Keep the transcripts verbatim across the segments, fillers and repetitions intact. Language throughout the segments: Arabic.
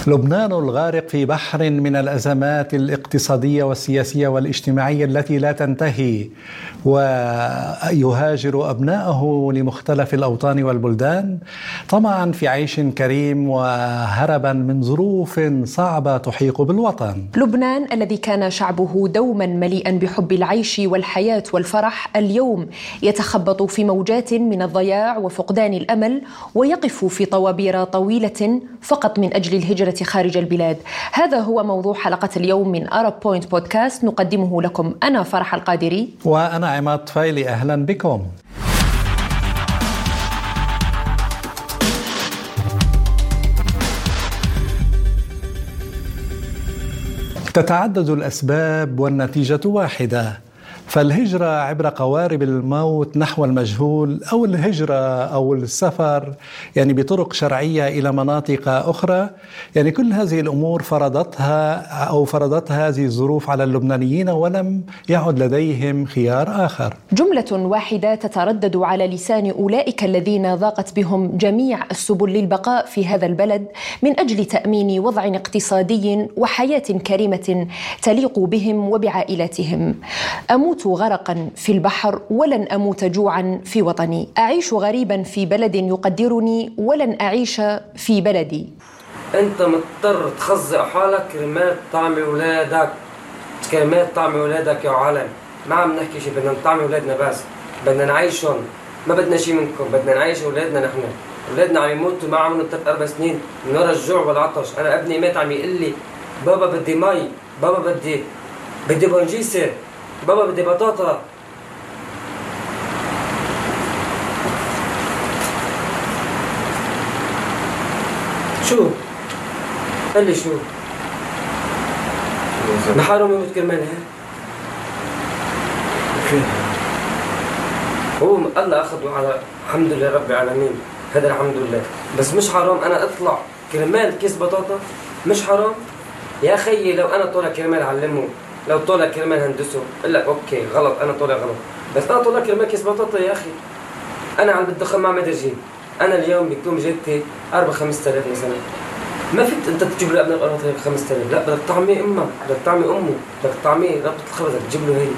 لبنان الغارق في بحر من الأزمات الاقتصادية والسياسية والاجتماعية التي لا تنتهي، ويهاجر أبنائه لمختلف الأوطان والبلدان طمعا في عيش كريم وهربا من ظروف صعبة تحيق بالوطن. لبنان الذي كان شعبه دوما مليئا بحب العيش والحياة والفرح اليوم يتخبط في موجات من الضياع وفقدان الأمل، ويقف في طوابير طويلة فقط من أجل الهجرة خارج البلاد. هذا هو موضوع حلقة اليوم من Arab Point بودكاست، نقدمه لكم أنا فرح القادري وأنا عماد طفيلي. أهلا بكم. تتعدد الأسباب والنتيجة واحدة، فالهجرة عبر قوارب الموت نحو المجهول، أو الهجرة أو السفر يعني بطرق شرعية إلى مناطق أخرى، يعني كل هذه الأمور فرضتها أو فرضت هذه الظروف على اللبنانيين ولم يعد لديهم خيار آخر. جملة واحدة تتردد على لسان أولئك الذين ضاقت بهم جميع السبل للبقاء في هذا البلد من أجل تأمين وضع اقتصادي وحياة كريمة تليق بهم وبعائلاتهم. أموت غرقا في البحر ولن أموت جوعا في وطني، أعيش غريبا في بلد يقدرني ولن أعيش في بلدي. أنت مضطر تخزق حالك كرمال طعم أولادك، كرمال طعم أولادك يا عالم. ما عم نحكي شيء، بدنا نطعم أولادنا بس، بدنا نعيشهم، ما بدنا شيء منكم، بدنا نعيش أولادنا. نحن أولادنا عم يموتوا ما عملوا ثلاث أربع سنين من وراء الجوع والعطش. أنا ابني مات عم يقول لي بابا بدي مي، بابا بدي بدي بونجيسة، بابا بدي بطاطا. شو؟ قال لي شو؟ محارم يموت كرمالها؟ هو الله أخذه على الحمد لله رب العالمين، هذا الحمد لله. بس مش حرام أنا أطلع كرمال كيس بطاطا؟ مش حرام؟ يا خيي لو أنا طولع كرمال علمه، لو طولع كرمال هندسه قل لك أوكي غلط، أنا طولع غلط. بس أنا طولع كرمال كيس بطاطا يا أخي. أنا عم بدخل مع مدرجين، أنا اليوم بيكون جيتي أربع خمسة آلاف مثلا، ما فيك أنت تجيب له أبناء أربعة آلاف خمسة آلاف، لا بدك طعمي أمه، بدك طعمي أمه، بدك طعمي ربطة الخبز، بدك تجيب له هي.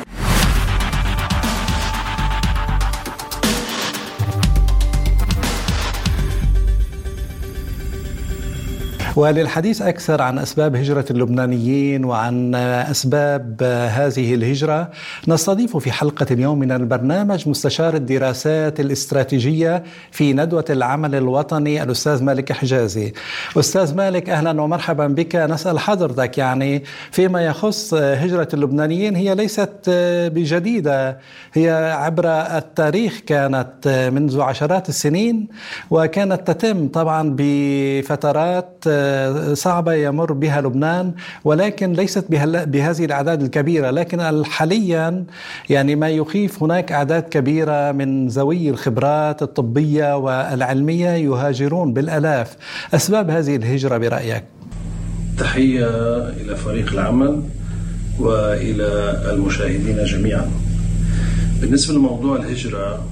وللحديث أكثر عن أسباب هجرة اللبنانيين وعن أسباب هذه الهجرة نستضيف في حلقة اليوم من البرنامج مستشار الدراسات الاستراتيجية في ندوة العمل الوطني الأستاذ مالك حجازي. أستاذ مالك أهلا ومرحبا بك. نسأل حضرتك يعني فيما يخص هجرة اللبنانيين، هي ليست بجديدة، هي عبر التاريخ كانت منذ عشرات السنين، وكانت تتم طبعا بفترات صعبة يمر بها لبنان، ولكن ليست بهذه الأعداد الكبيرة. لكن حاليا يعني ما يخيف، هناك أعداد كبيرة من ذوي الخبرات الطبية والعلمية يهاجرون بالآلاف. أسباب هذه الهجرة برأيك؟ تحية إلى فريق العمل وإلى المشاهدين جميعا. بالنسبة لموضوع الهجرة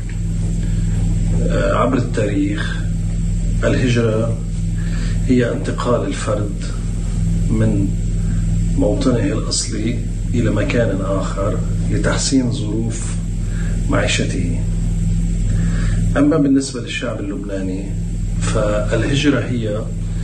عبر التاريخ، الهجرة هي انتقال الفرد من موطنه الأصلي إلى مكان آخر لتحسين ظروف معيشته. أما بالنسبة للشعب اللبناني فالهجرة هي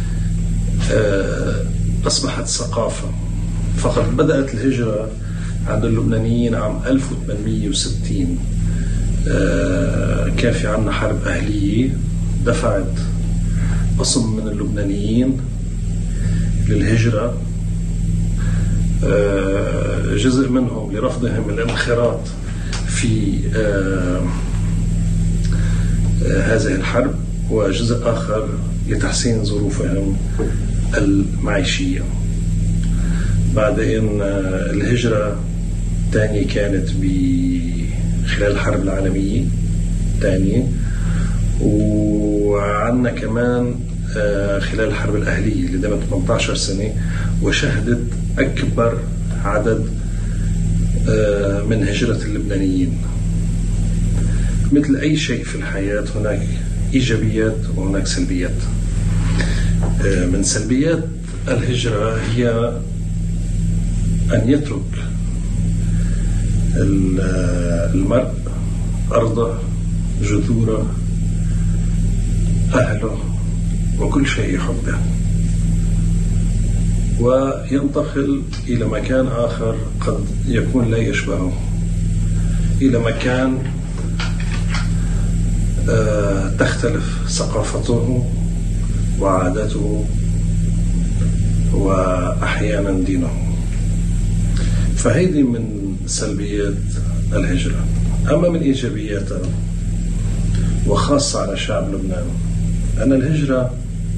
أصبحت ثقافة. فقد بدأت الهجرة عند اللبنانيين عام ألف وثمانمئة وستين، كان في عنا حرب أهلية دفعت قسم من اللبنانيين للهجرة، جزء منهم لرفضهم الانخراط في هذه الحرب، وجزء آخر لتحسين ظروفهم المعيشية. بعدين الهجرة الثانية كانت خلال الحرب العالمية الثانية، وعندنا كمان خلال الحرب الأهلية اللي دامت ثمانية عشر سنة وشهدت أكبر عدد من هجرة اللبنانيين. مثل أي شيء في الحياة هناك إيجابيات وهناك سلبيات. من سلبيات الهجرة هي أن يترك المرء أرضه، جذوره، أهله وكل شيء يحبه، وينتقل إلى مكان آخر قد يكون لا يشبهه، إلى مكان تختلف ثقافته وعاداته وأحيانا دينه. فهذه من سلبيات الهجرة. أما من إيجابياتها وخاصة على شعب لبنان أن الهجرة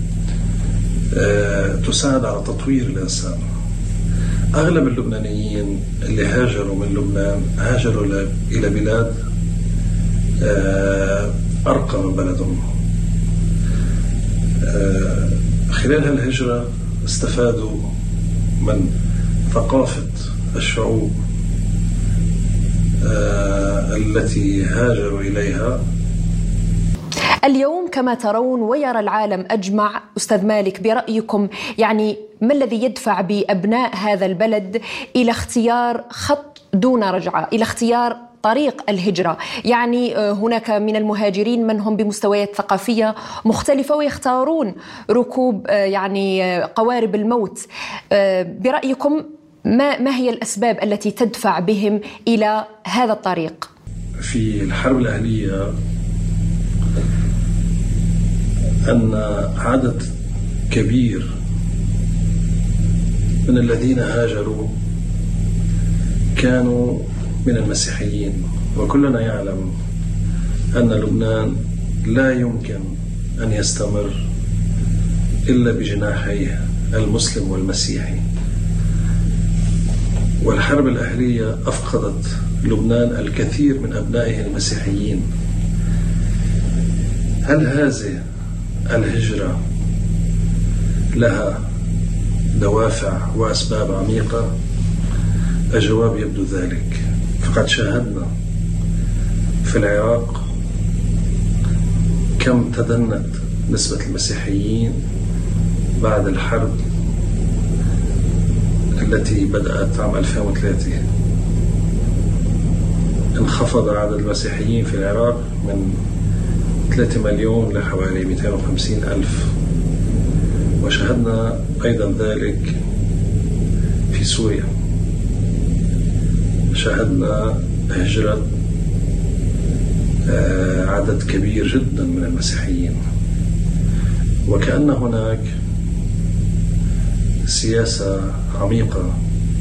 تساعد على تطوير الإنسان. أغلب اللبنانيين اللي هاجروا من لبنان هاجروا إلى بلاد أرقى من بلدهم. خلال هالهجرة استفادوا من ثقافة الشعوب التي هاجروا إليها. اليوم كما ترون ويرى العالم أجمع، أستاذ مالك برأيكم يعني ما الذي يدفع بأبناء هذا البلد إلى اختيار خط دون رجعة، إلى اختيار طريق الهجرة؟ يعني هناك من المهاجرين من هم بمستويات ثقافية مختلفة ويختارون ركوب يعني قوارب الموت. برأيكم ما ما هي الأسباب التي تدفع بهم إلى هذا الطريق؟ في الحرب الأهلية أن عدد كبير من الذين هاجروا كانوا من المسيحيين، وكلنا يعلم أن لبنان لا يمكن أن يستمر إلا بجناحيه المسلم والمسيحي. والحرب الأهلية أفقدت لبنان الكثير من أبنائه المسيحيين. هل هذه الهجرة لها دوافع وأسباب عميقة؟ الجواب يبدو ذلك. فقد شاهدنا في العراق كم تدنت نسبة المسيحيين بعد الحرب التي بدأت عام ألفين وثلاثة. انخفض عدد المسيحيين في العراق من ثلاثة مليون لحوالي مئتين وخمسين ألف، وشاهدنا أيضا ذلك في سوريا. شاهدنا هجرة عدد كبير جدا من المسيحيين، وكأن هناك سياسة عميقة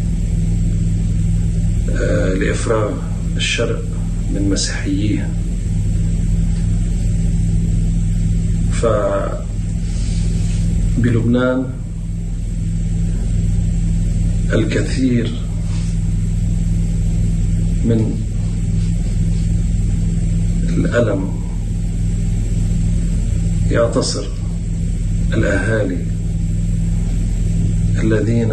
لإفراغ الشرق من مسيحييه. فبلبنان الكثير من الألم يعتصر الأهالي الذين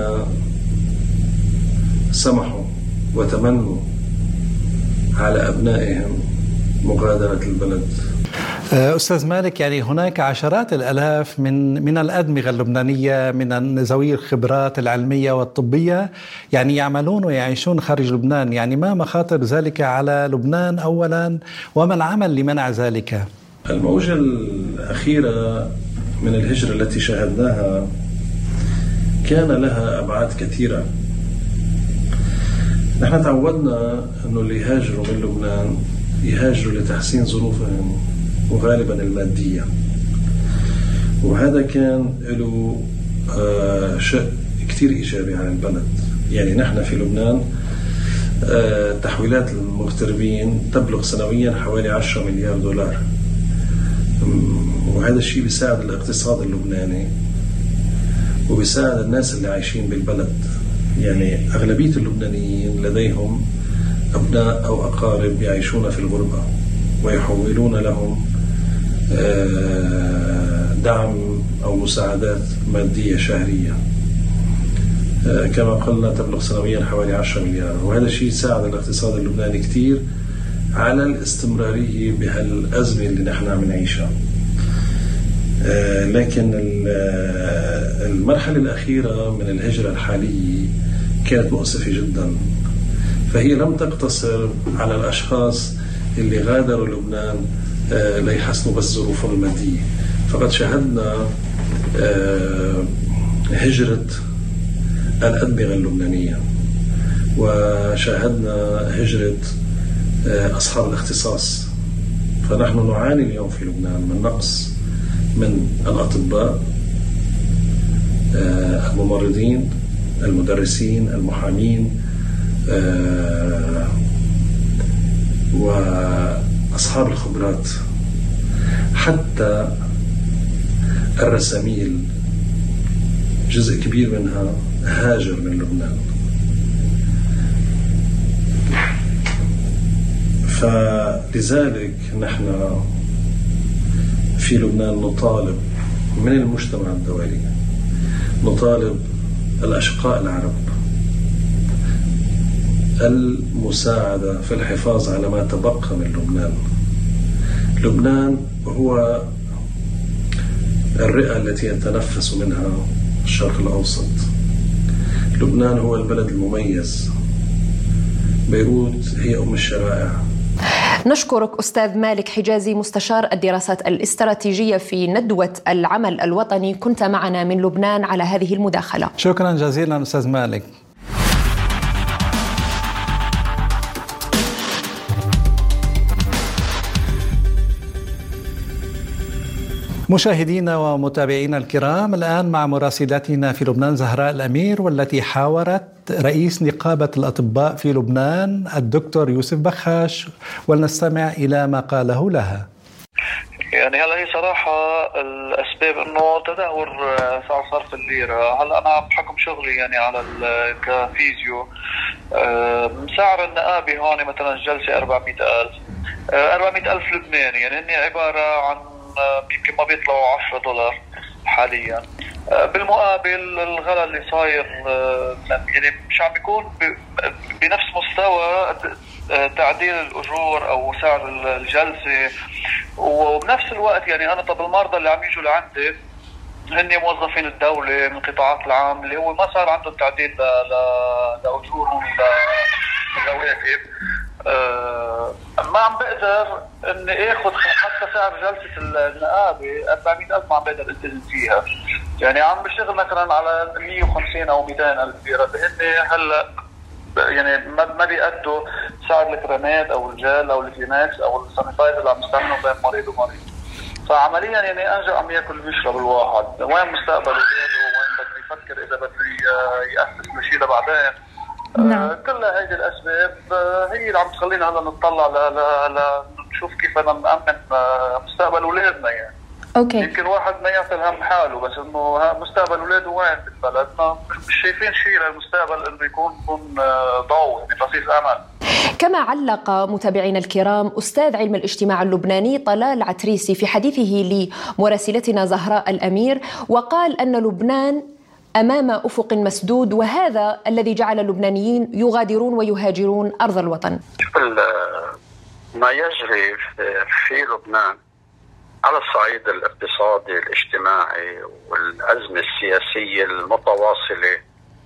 سمحوا وتمنوا على أبنائهم مغادرة البلد. أستاذ مالك، يعني هناك عشرات الآلاف من من الأدمغة اللبنانية من ذوي الخبرات العلمية والطبية يعني يعملون ويعيشون خارج لبنان، يعني ما مخاطر ذلك على لبنان أولا، وما العمل لمنع ذلك؟ الموجة الأخيرة من الهجرة التي شاهدناها كان لها أبعاد كثيرة. نحن تعودنا أنه اللي يهاجروا من لبنان يهاجروا لتحسين ظروفهم وغالبا المادية، وهذا كان له شيء كتير إيجابي على البلد. يعني نحن في لبنان تحويلات المغتربين تبلغ سنويا حوالي عشرة مليار دولار، وهذا الشيء بيساعد الاقتصاد اللبناني وبيساعد الناس اللي عايشين بالبلد. يعني أغلبية اللبنانيين لديهم أبناء أو أقارب يعيشون في الغربة ويحولون لهم دعم أو مساعدات مادية شهرية كما قلنا تبلغ سنويا حوالي عشرة مليار، وهذا الشيء ساعد الاقتصاد اللبناني كتير على الاستمرارية بهالأزمة اللي نحن عم نعيشها. لكن المرحلة الأخيرة من الهجرة الحالية كانت مؤسفة جدا، فهي لم تقتصر على الأشخاص اللي غادروا لبنان ليحسنوا بس ظروفهم المادية، فقد شاهدنا هجرة الأدمغة اللبنانية، وشاهدنا هجرة أصحاب الاختصاص. فنحن نعاني اليوم في لبنان من نقص من الأطباء، الممرضين، المدرسين، المحامين، وأصحاب الخبرات، حتى الرساميل جزء كبير منها هاجر من لبنان. فلذلك نحن في لبنان نطالب من المجتمع الدولي، نطالب الأشقاء العرب المساعدة في الحفاظ على ما تبقى من لبنان. لبنان هو الرئة التي يتنفس منها الشرق الأوسط، لبنان هو البلد المميز، بيروت هي أم الشرائع. نشكرك أستاذ مالك حجازي، مستشار الدراسات الاستراتيجية في ندوة العمل الوطني، كنت معنا من لبنان على هذه المداخلة. شكرا جزيلا أستاذ مالك. مشاهدينا ومتابعينا الكرام، الآن مع مراسلتنا في لبنان زهراء الأمير، والتي حاورت رئيس نقابة الأطباء في لبنان الدكتور يوسف بخاش، ولنستمع إلى ما قاله لها. يعني هلا هي صراحة الأسباب إنه تدهور سعر صرف الليرة. هلا أنا بحكم شغلي يعني على كفيزيو، سعر النقابي هون مثلا الجلسة أربعمئة ألف أربعمئة ألف لبناني، يعني هن عبارة عن يمكن ما بيطلعوا عشرة دولار حاليا. بالمقابل الغلاء اللي صاير يعني مش عم بيكون بنفس مستوى تعديل الأجور أو سعر الجلسة، وبنفس الوقت يعني أنا طب المرضى اللي عم يجوا لعندي هن موظفين الدولة من القطاعات العام اللي هو ما صار عندهم تعديل لأجورهم لرواتب، أه ما عم بقدر اني اخذ حتى سعر جلسة النقابة أربعمئة ألف ما عم بقدر التزم فيها. يعني عم بشتغل مثلا على مئة وخمسين او مئتين ألف ليرة، هن هلا يعني ما بيأدوا سعر الكريمات او الجل او الكلينكس او السانيتايزر اللي عم يستعملوا بين مريض ومريض. فعمليا يعني انجا عم ياكل ويشرب الواحد. وين مستقبل اولاده؟ وين بده يفكر اذا بده يأسس لشيء لبعدين؟ نعم. كل هذه الأسباب هي اللي عم تخلينا هلا نطلع ل ل نشوف كيف بدنا نأمن مستقبل أولادنا. يعني أوكي. يمكن واحد ما يعطي هم حاله، بس إنه مستقبل أولاده وين بالبلد؟ ما مش شايفين شيء للمستقبل إنه يكون يكون ضوء، يعني بصيص أمل. كما علق متابعينا الكرام أستاذ علم الاجتماع اللبناني طلال عتريسي في حديثه لمراسلتنا زهراء الأمير، وقال أن لبنان أمام أفق مسدود، وهذا الذي جعل اللبنانيين يغادرون ويهاجرون أرض الوطن. ما يجري في لبنان على الصعيد الاقتصادي الاجتماعي والأزمة السياسية المتواصلة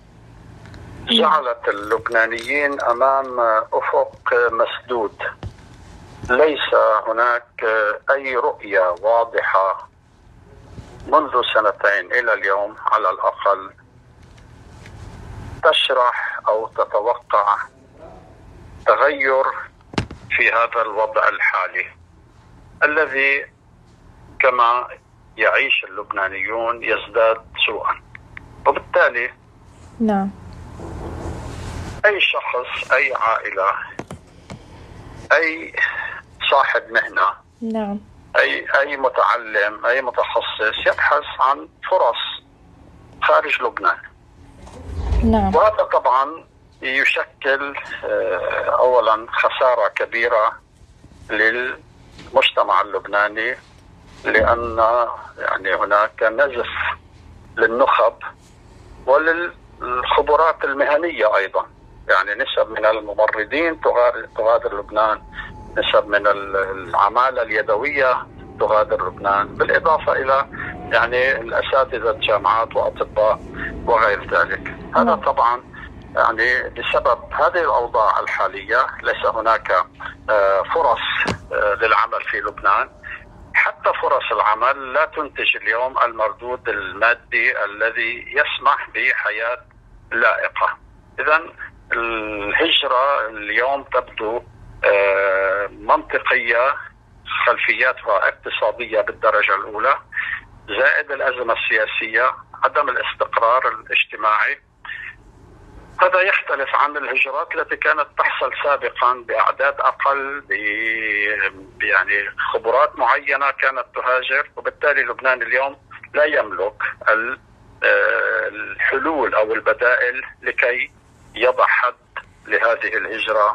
جعلت اللبنانيين أمام أفق مسدود. ليس هناك أي رؤية واضحة منذ سنتين إلى اليوم على الأقل تشرح أو تتوقع تغير في هذا الوضع الحالي الذي كما يعيش اللبنانيون يزداد سوءا. وبالتالي نعم أي شخص، أي عائلة، أي صاحب مهنة، نعم أي أي متعلم، أي متخصص يبحث عن فرص خارج لبنان. نعم. وهذا طبعا يشكل أولا خسارة كبيرة للمجتمع اللبناني، لأن يعني هناك نزف للنخب وللخبرات المهنية أيضا. يعني نسب من الممرضين تغادر لبنان، نسب من العمالة اليدوية تغادر لبنان، بالإضافة إلى يعني الأساتذة الجامعات وأطباء وغير ذلك. هذا طبعا يعني بسبب هذه الأوضاع الحالية ليس هناك فرص للعمل في لبنان. حتى فرص العمل لا تنتج اليوم المردود المادي الذي يسمح بحياة لائقة. إذن الهجرة اليوم تبدو منطقية، خلفياتها اقتصادية بالدرجة الأولى، زائد الأزمة السياسية، عدم الاستقرار الاجتماعي. هذا يختلف عن الهجرات التي كانت تحصل سابقا بأعداد أقل، يعني خبرات معينة كانت تهاجر، وبالتالي لبنان اليوم لا يملك الحلول أو البدائل لكي يضع حد لهذه الهجرة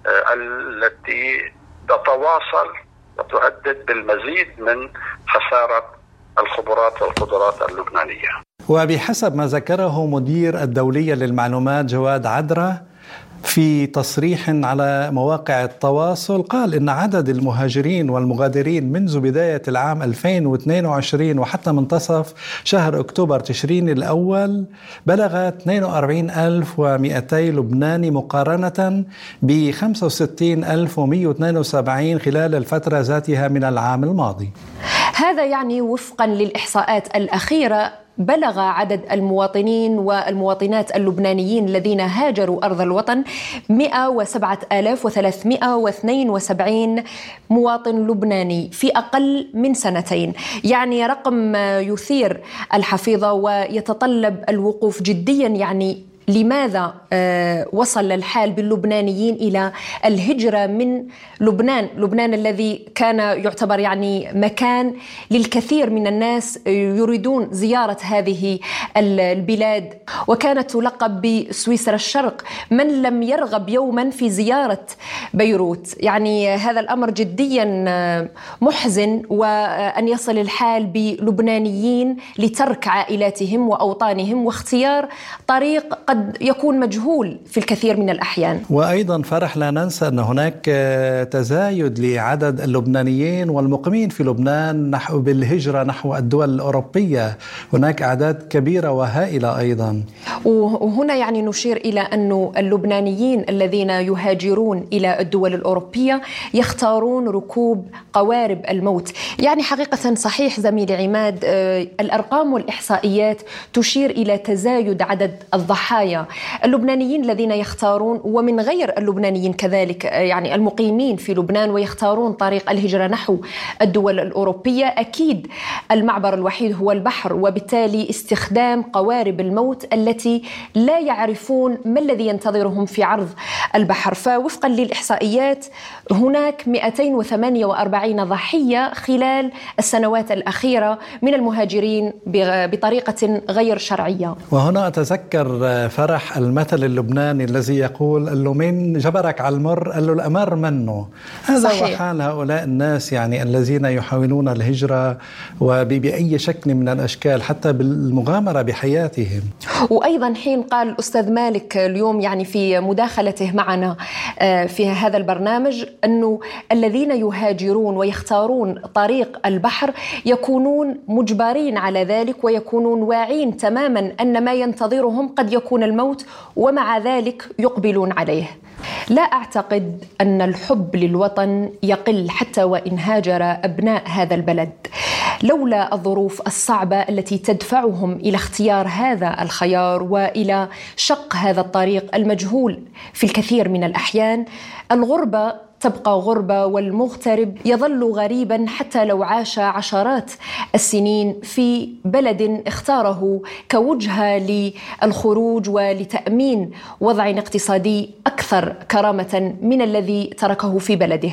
التي تتواصل وتهدد بالمزيد من خسارة الخبرات والقدرات اللبنانية. وبحسب ما ذكره مدير الدولية للمعلومات جواد عدرة في تصريح على مواقع التواصل، قال إن عدد المهاجرين والمغادرين منذ بداية العام ألفين واثنين وعشرين وحتى منتصف شهر أكتوبر تشرين الأول بلغ اثنين وأربعين ألف ومئتين لبناني مقارنة ب خمسة وستين ألف ومئة واثنين وسبعين خلال الفترة ذاتها من العام الماضي. هذا يعني وفقا للإحصاءات الأخيرة بلغ عدد المواطنين والمواطنات اللبنانيين الذين هاجروا أرض الوطن مئة وسبعة آلاف وثلاثمئة واثنين وسبعين مواطن لبناني في أقل من سنتين. يعني رقم يثير الحفيظة ويتطلب الوقوف جديا. يعني لماذا وصل الحال باللبنانيين إلى الهجرة من لبنان، لبنان الذي كان يعتبر يعني مكان للكثير من الناس يريدون زيارة هذه البلاد، وكانت تلقب بسويسرا الشرق، من لم يرغب يوما في زيارة بيروت. يعني هذا الأمر جديا محزن، وأن يصل الحال بلبنانيين لترك عائلاتهم وأوطانهم واختيار طريق قد يكون مجهول في الكثير من الأحيان. وأيضا فرح لا ننسى أن هناك تزايد لعدد اللبنانيين والمقيمين في لبنان نحو بالهجرة نحو الدول الأوروبية، هناك أعداد كبيرة وهائلة أيضا. وهنا يعني نشير إلى أن اللبنانيين الذين يهاجرون إلى الدول الأوروبية يختارون ركوب قوارب الموت. يعني حقيقة صحيح زميلي عماد، الأرقام والإحصائيات تشير إلى تزايد عدد الضحايا اللبنانيين الذين يختارون، ومن غير اللبنانيين كذلك، يعني المقيمين في لبنان ويختارون طريق الهجرة نحو الدول الأوروبية. أكيد المعبر الوحيد هو البحر، وبالتالي استخدام قوارب الموت التي لا يعرفون ما الذي ينتظرهم في عرض البحر. فوفقا للإحصائيات هناك مئتين وثمانية وأربعين ضحية خلال السنوات الأخيرة من المهاجرين بطريقة غير شرعية. وهنا أتذكر فرح المثل اللبناني الذي يقول قال له من جبرك على المر قال له الأمر منه. هذا صحيح. وحال هؤلاء الناس يعني الذين يحاولون الهجرة وبأي شكل من الأشكال حتى بالمغامرة بحياتهم. وأيضا حين قال الأستاذ مالك اليوم يعني في مداخلته معنا في هذا البرنامج أنه الذين يهاجرون ويختارون طريق البحر يكونون مجبرين على ذلك ويكونون واعين تماما أن ما ينتظرهم قد يكون الموت، ومع ذلك يقبلون عليه. لا أعتقد أن الحب للوطن يقل حتى وإن هاجر أبناء هذا البلد، لولا الظروف الصعبة التي تدفعهم إلى اختيار هذا الخيار وإلى شق هذا الطريق المجهول في الكثير من الأحيان. الغربة تبقى غربة، والمغترب يظل غريبا حتى لو عاش عشرات السنين في بلد اختاره كوجهة للخروج ولتأمين وضع اقتصادي أكثر كرامة من الذي تركه في بلده.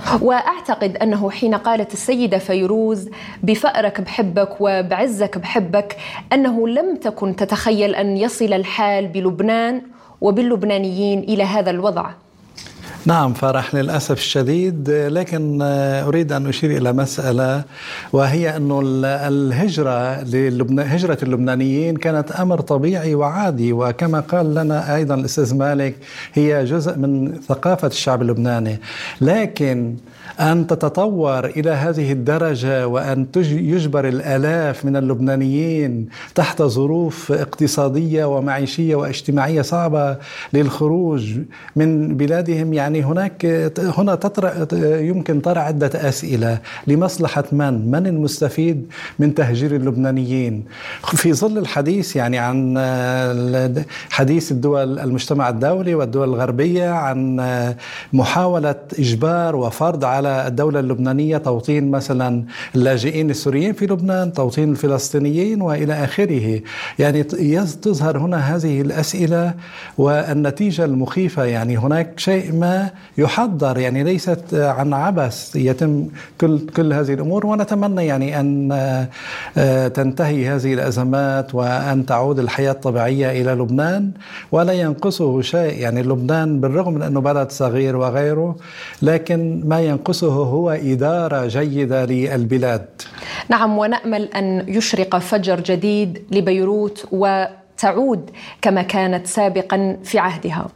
وأعتقد أنه حين قالت السيدة فيروز بفأرك بحبك وبعزك بحبك أنه لم تكن تتخيل أن يصل الحال بلبنان وباللبنانيين إلى هذا الوضع. نعم فرح، للأسف الشديد. لكن أريد أن أشير إلى مسألة، وهي أن الهجرة للبنان، هجرة اللبنانيين كانت أمر طبيعي وعادي، وكما قال لنا أيضا الأستاذ مالك هي جزء من ثقافة الشعب اللبناني. لكن أن تتطور إلى هذه الدرجة وأن يجبر الآلاف من اللبنانيين تحت ظروف اقتصادية ومعيشية واجتماعية صعبة للخروج من بلادهم، يعني هناك هنا تطرح يمكن طرح عدة أسئلة. لمصلحة من؟ من المستفيد من تهجير اللبنانيين؟ في ظل الحديث يعني عن حديث الدول المجتمع الدولي والدول الغربية عن محاولة إجبار وفرض على الدولة اللبنانية توطين مثلا اللاجئين السوريين في لبنان، توطين الفلسطينيين وإلى آخره. يعني تظهر هنا هذه الأسئلة والنتيجة المخيفة. يعني هناك شيء ما يحضر، يعني ليست عن عبث يتم كل كل هذه الأمور. ونتمنى يعني أن تنتهي هذه الأزمات وأن تعود الحياة الطبيعية إلى لبنان ولا ينقصه شيء. يعني لبنان بالرغم من أنه بلد صغير وغيره، لكن ما ينقصه هو إدارة جيدة للبلاد. نعم، ونأمل أن يشرق فجر جديد لبيروت وتعود كما كانت سابقا في عهدها.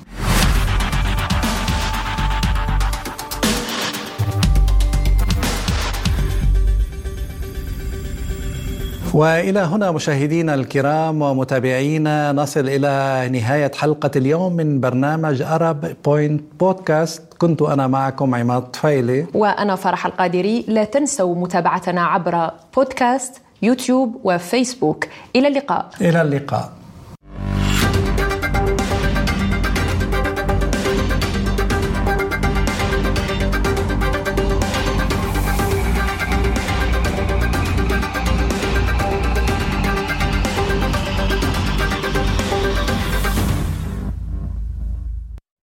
وإلى هنا مشاهدينا الكرام ومتابعينا نصل إلى نهاية حلقة اليوم من برنامج أرب بوينت بودكاست. كنت أنا معكم عماد طفيلي وأنا فرح القادري. لا تنسوا متابعتنا عبر بودكاست، يوتيوب وفيسبوك. إلى اللقاء. إلى اللقاء.